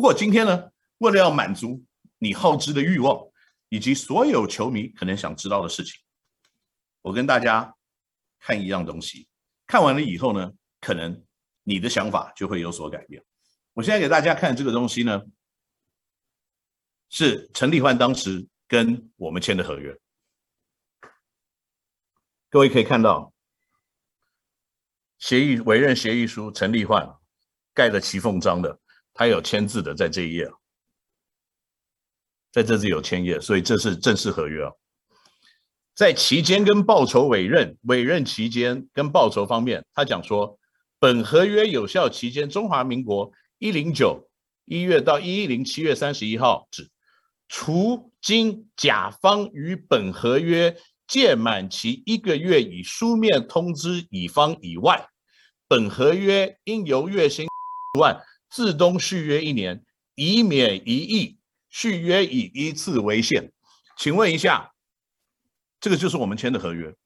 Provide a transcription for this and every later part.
过今天呢，为了要满足你好知的欲望，以及所有球迷可能想知道的事情，我跟大家看一样东西，看完了以后呢，可能你的想法就会有所改变。我现在给大家看这个东西呢，是陈立焕当时跟我们签的合约。各位可以看到，委任协议书，陈立焕盖了骑缝章的，他有签字的，在这一页，在这里有签页，所以这是正式合约啊。在期间跟报酬委任期间跟报酬方面，他讲说，本合约有效期间，中华民国109 1月到110 7月31号止，除经甲方于本合约届满期1个月以书面通知乙方以外，本合约应由月薪10万自动续约1年，以免疑义，续约以1次为限。请问一下，这个就是我们签的合约。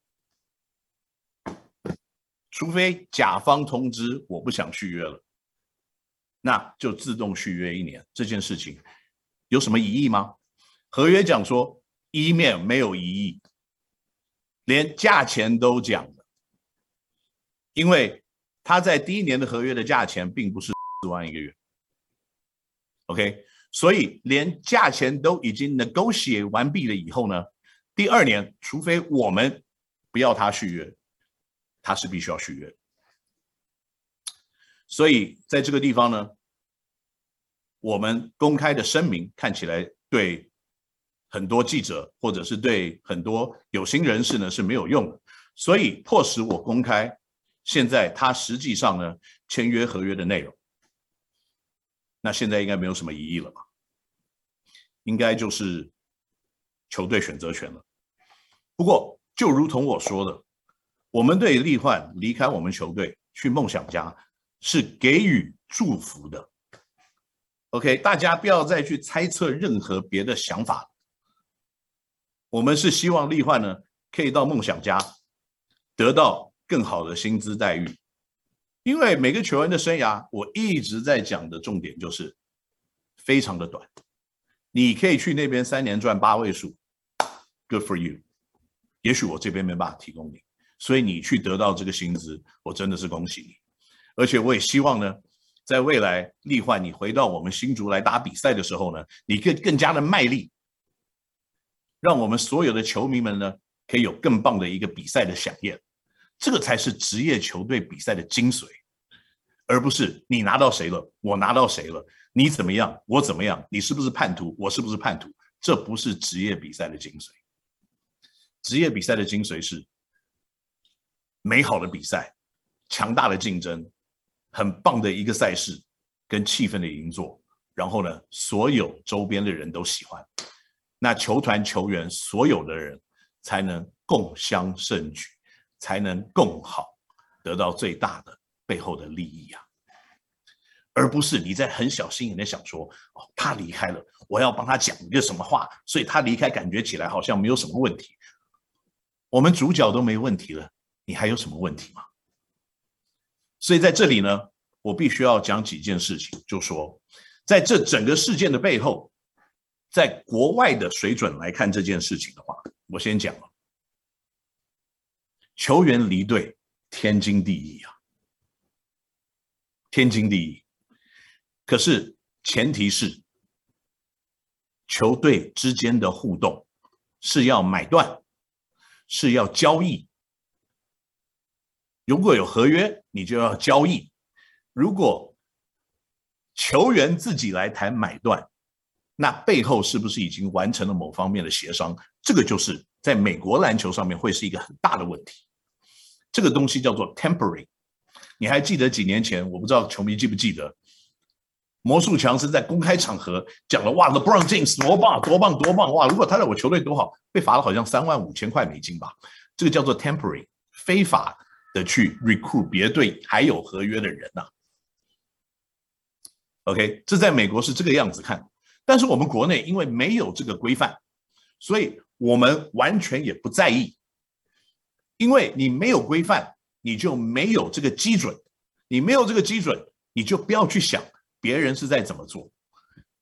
除非甲方通知我不想续约了，那就自动续约1年。这件事情有什么疑义吗？合约讲说一面没有疑义，连价钱都讲了，因为他在第1年的合约的价钱并不是4万1个月 ，OK， 所以连价钱都已经 negotiate 完毕了以后呢，第2年除非我们不要他续约，他是必须要续约。所以在这个地方呢，我们公开的声明看起来对很多记者或者是对很多有心人士呢是没有用的，所以迫使我公开现在他实际上呢签约合约的内容。那现在应该没有什么疑义了吧？应该就是球队选择权了。不过就如同我说的，我们对立焕离开我们球队去梦想家是给予祝福的。OK， 大家不要再去猜测任何别的想法。我们是希望立焕呢可以到梦想家得到更好的薪资待遇，因为每个球员的生涯，我一直在讲的重点就是非常的短。你可以去那边3年赚8位数 ，Good for you。也许我这边没办法提供你，所以你去得到这个薪资，我真的是恭喜你。而且我也希望呢，在未来立焕你回到我们新竹来打比赛的时候呢，你更加的卖力。让我们所有的球迷们呢，可以有更棒的一个比赛的飨宴，这个才是职业球队比赛的精髓，而不是你拿到谁了，我拿到谁了，你怎么样，我怎么样，你是不是叛徒，我是不是叛徒，这不是职业比赛的精髓。职业比赛的精髓是美好的比赛，强大的竞争，很棒的一个赛事跟气氛的营作，然后呢，所有周边的人都喜欢。那球团球员所有的人才能共襄盛举，才能共好，得到最大的背后的利益啊，而不是你在很小心眼的想说，哦，他离开了，我要帮他讲一个什么话，所以他离开感觉起来好像没有什么问题。我们主角都没问题了，你还有什么问题吗？所以在这里呢，我必须要讲几件事情，就说在这整个事件的背后，在国外的水准来看这件事情的话，我先讲了，球员离队天经地义啊，天经地义。可是前提是球队之间的互动是要买断，是要交易。如果有合约，你就要交易；如果球员自己来谈买断，那背后是不是已经完成了某方面的协商？这个就是在美国篮球上面会是一个很大的问题。这个东西叫做 tempering。你还记得几年前，我不知道球迷记不记得，魔术强是在公开场合讲了，哇 ，LeBron James 多棒多棒多棒，哇！如果他在我球队多好，被罚了好像35000块美金吧。这个叫做 tempering， 非法的去 recruit 别队还有合约的人啊。OK， 这在美国是这个样子看。但是我们国内因为没有这个规范，所以我们完全也不在意，因为你没有规范，你就没有这个基准，你没有这个基准，你就不要去想别人是在怎么做。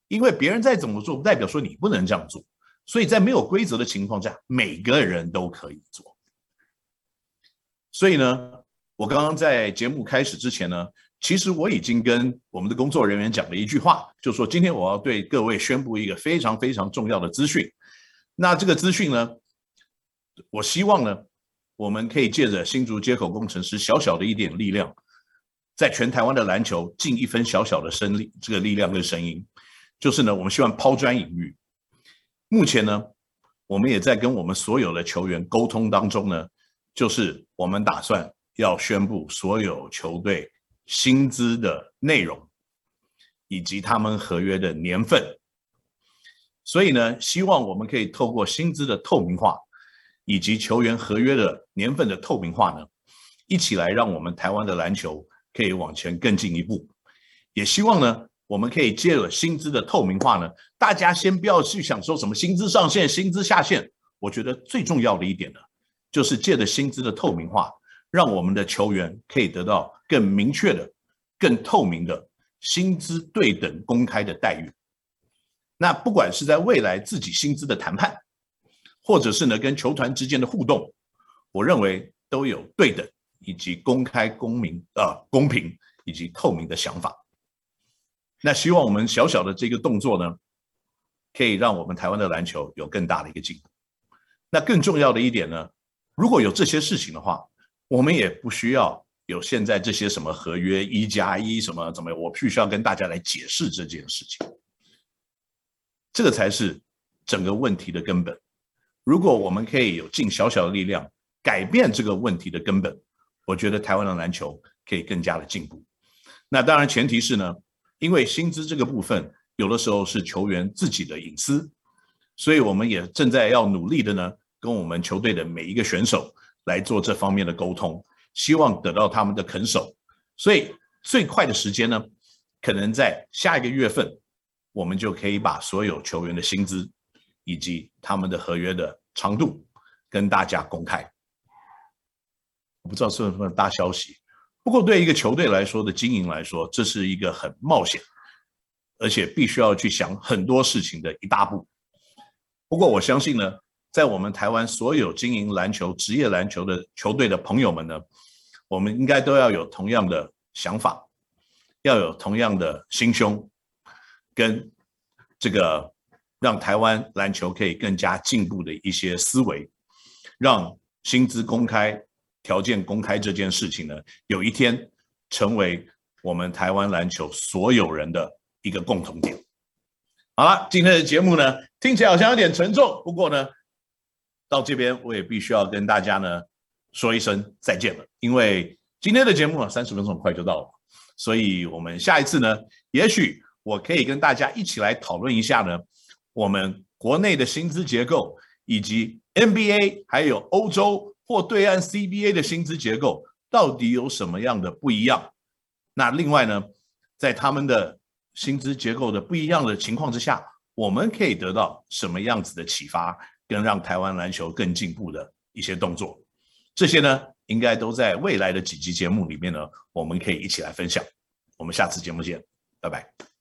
因为别人再怎么做，不代表说你不能这样做。所以在没有规则的情况下，每个人都可以做。所以呢，我刚刚在节目开始之前呢，其实我已经跟我们的工作人员讲了一句话，就是说今天我要对各位宣布一个非常非常重要的资讯。那这个资讯呢，我希望呢，我们可以借着新竹街口工程师小小的一点力量，在全台湾的篮球尽一分小小的这个力量跟声音，就是呢，我们希望抛砖引玉。目前呢，我们也在跟我们所有的球员沟通当中呢，就是我们打算要宣布所有球队薪资的内容，以及他们合约的年份。所以呢，希望我们可以透过薪资的透明化，以及球员合约的年份的透明化呢，一起来让我们台湾的篮球可以往前更进一步。也希望呢，我们可以借着薪资的透明化呢，大家先不要去想说什么薪资上限、薪资下限。我觉得最重要的一点呢，就是借着薪资的透明化，让我们的球员可以得到更明确的、更透明的薪资对等公开的待遇。那不管是在未来自己薪资的谈判，或者是呢跟球团之间的互动，我认为都有对等以及公开、公平以及透明的想法。那希望我们小小的这个动作呢，可以让我们台湾的篮球有更大的一个进步。那更重要的一点呢，如果有这些事情的话，我们也不需要有现在这些什么合约1+1什么怎么，我必须要跟大家来解释这件事情。这个才是整个问题的根本。如果我们可以有尽小小的力量改变这个问题的根本，我觉得台湾的篮球可以更加的进步。那当然前提是呢，因为薪资这个部分有的时候是球员自己的隐私，所以我们也正在要努力的呢，跟我们球队的每一个选手来做这方面的沟通，希望得到他们的肯守。所以最快的时间呢，可能在下一个月份，我们就可以把所有球员的薪资以及他们的合约的长度跟大家公开。我不知道是不是大消息，不过对一个球队来说的经营来说，这是一个很冒险，而且必须要去想很多事情的一大步。不过我相信呢，在我们台湾所有经营篮球、职业篮球的球队的朋友们呢，我们应该都要有同样的想法，要有同样的心胸，跟这个让台湾篮球可以更加进步的一些思维，让薪资公开、条件公开这件事情呢，有一天成为我们台湾篮球所有人的一个共同点。好了，今天的节目呢，听起来好像有点沉重，不过呢，到这边我也必须要跟大家呢说一声再见了，因为今天的节目呢30分钟很快就到了，所以我们下一次呢，也许我可以跟大家一起来讨论一下呢，我们国内的薪资结构，以及 NBA 还有欧洲或对岸 CBA 的薪资结构到底有什么样的不一样。那另外呢，在他们的薪资结构的不一样的情况之下，我们可以得到什么样子的启发，跟让台湾篮球更进步的一些动作。这些呢，应该都在未来的几集节目里面呢，我们可以一起来分享。我们下次节目见，拜拜。